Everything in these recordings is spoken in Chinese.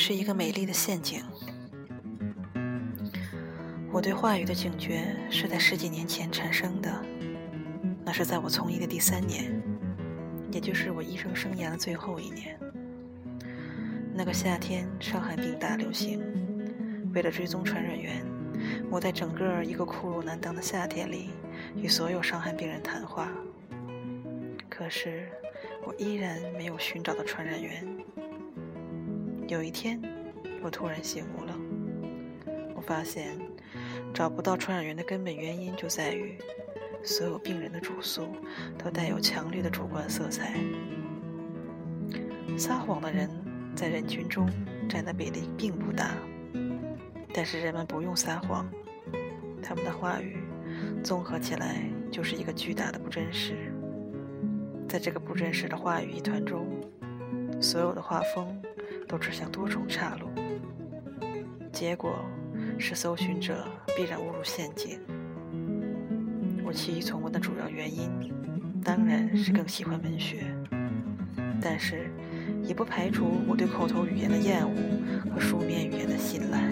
是一个美丽的陷阱。我对话语的警觉是在10几年前产生的，那是在我从医的第3年，也就是我医生生涯的最后1年。那个夏天，伤寒病大流行，为了追踪传染源，我在整个一个酷暑难当的夏天里，与所有伤寒病人谈话。可是，我依然没有寻找到传染源。有一天，我突然醒悟了，我发现找不到传染源的根本原因就在于所有病人的主诉都带有强烈的主观色彩。撒谎的人在人群中占的比例并不大，但是人们不用撒谎，他们的话语综合起来就是一个巨大的不真实。在这个不真实的话语一团中，所有的画风都指向多重岔路，结果是搜寻者必然误入陷阱。我弃医从文的主要原因当然是更喜欢文学，但是也不排除我对口头语言的厌恶和书面语言的信赖。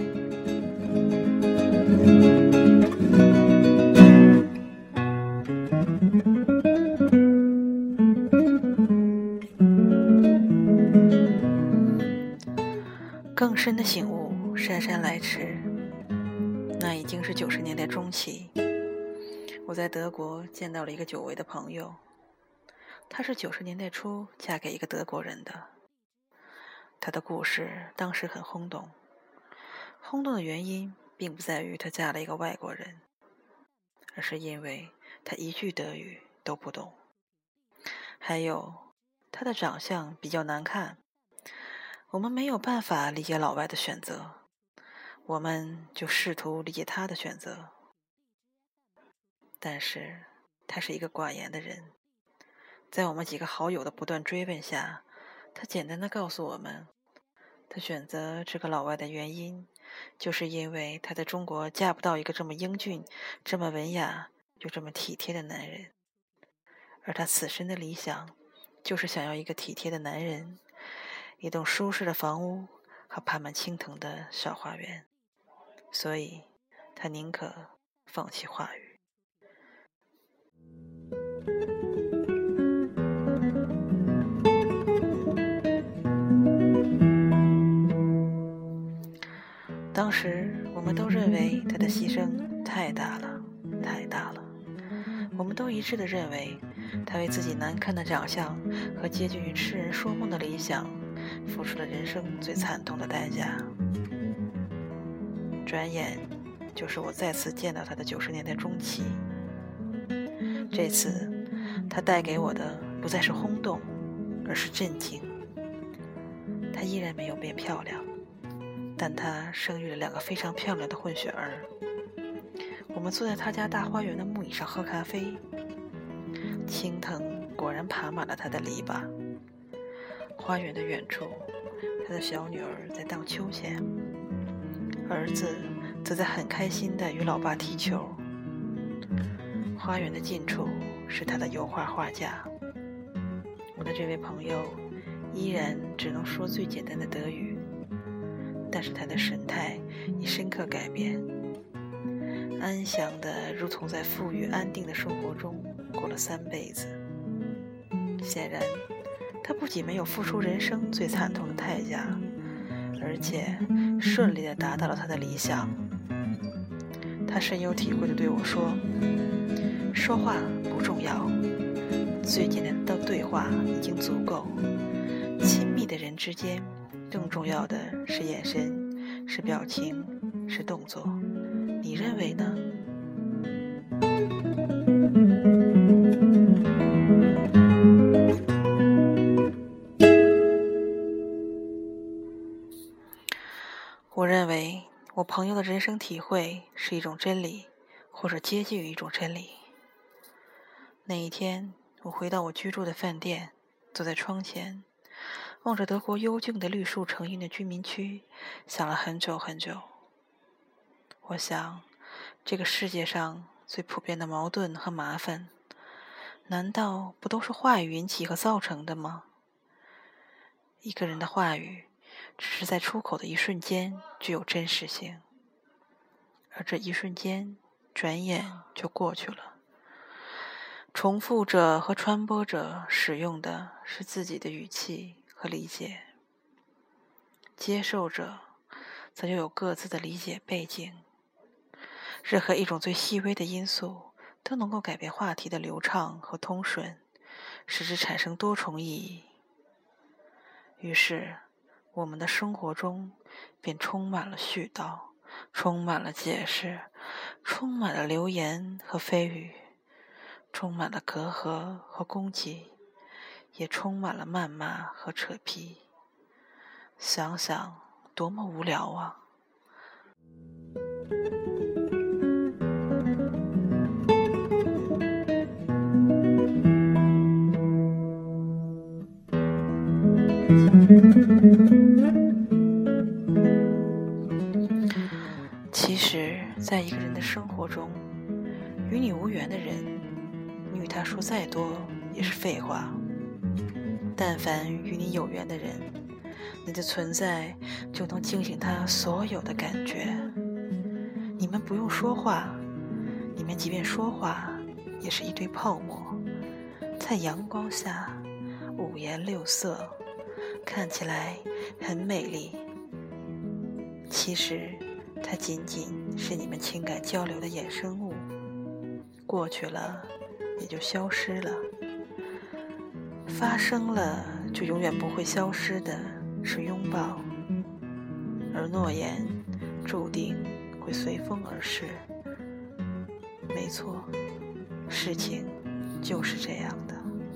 更深的醒悟姗姗来迟，那已经是90年代中期。我在德国见到了一个久违的朋友，她是90年代初嫁给一个德国人的。她的故事当时很轰动，轰动的原因并不在于她嫁了一个外国人，而是因为她一句德语都不懂，还有她的长相比较难看。我们没有办法理解老外的选择，我们就试图理解他的选择。但是他是一个寡言的人，在我们几个好友的不断追问下，他简单地告诉我们，他选择这个老外的原因，就是因为他在中国嫁不到一个这么英俊、这么文雅又这么体贴的男人，而他此生的理想就是想要一个体贴的男人，一栋舒适的房屋和爬满青藤的小花园，所以他宁可放弃话语。当时我们都认为他的牺牲太大了，太大了。我们都一致地认为，他为自己难看的长相和接近于痴人说梦的理想，付出了人生最惨痛的代价。转眼就是我再次见到他的90年代中期。这次他带给我的不再是轰动，而是震惊。他依然没有变漂亮，但他生育了2个非常漂亮的混血儿。我们坐在他家大花园的木椅上喝咖啡，青藤果然爬满了他的篱笆。花园的远处，他的小女儿在荡秋千，儿子则在很开心地与老爸踢球。花园的近处是他的油画画架。我的这位朋友依然只能说最简单的德语，但是他的神态已深刻改变，安详的如同在富裕安定的生活中过了3辈子。显然他不仅没有付出人生最惨痛的代价，而且顺利地达到了他的理想。他深有体会地对我说，说话不重要，最简单的对话已经足够，亲密的人之间更重要的是眼神，是表情，是动作。你认为呢？我认为我朋友的人生体会是一种真理，或者接近于一种真理。那一天，我回到我居住的饭店，坐在窗前，望着德国幽静的绿树成荫的居民区，想了很久很久。我想，这个世界上最普遍的矛盾和麻烦，难道不都是话语引起和造成的吗？一个人的话语只是在出口的一瞬间具有真实性，而这一瞬间转眼就过去了。重复者和传播者使用的是自己的语气和理解，接受者则又有各自的理解背景。任何一种最细微的因素都能够改变话题的流畅和通顺，使之产生多重意义。于是我们的生活中便充满了絮叨，充满了解释，充满了流言和蜚语，充满了隔阂和攻击，也充满了谩骂和扯皮。想想多么无聊啊！其实，在一个人的生活中，与你无缘的人，你与他说再多也是废话。但凡与你有缘的人，你的存在就能惊醒他所有的感觉。你们不用说话，你们即便说话，也是一堆泡沫，在阳光下五颜六色，看起来很美丽。其实它仅仅是你们情感交流的衍生物，过去了也就消失了。发生了就永远不会消失的是拥抱，而诺言注定会随风而逝。没错，事情就是这样的。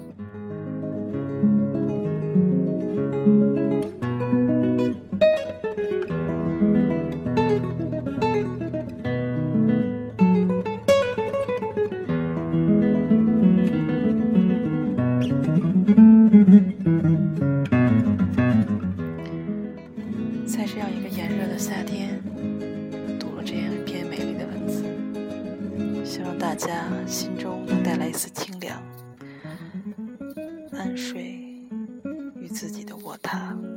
在这样一个炎热的夏天，读了这样一篇美丽的文字，希望大家心中能带来一丝清凉，安睡于自己的卧榻。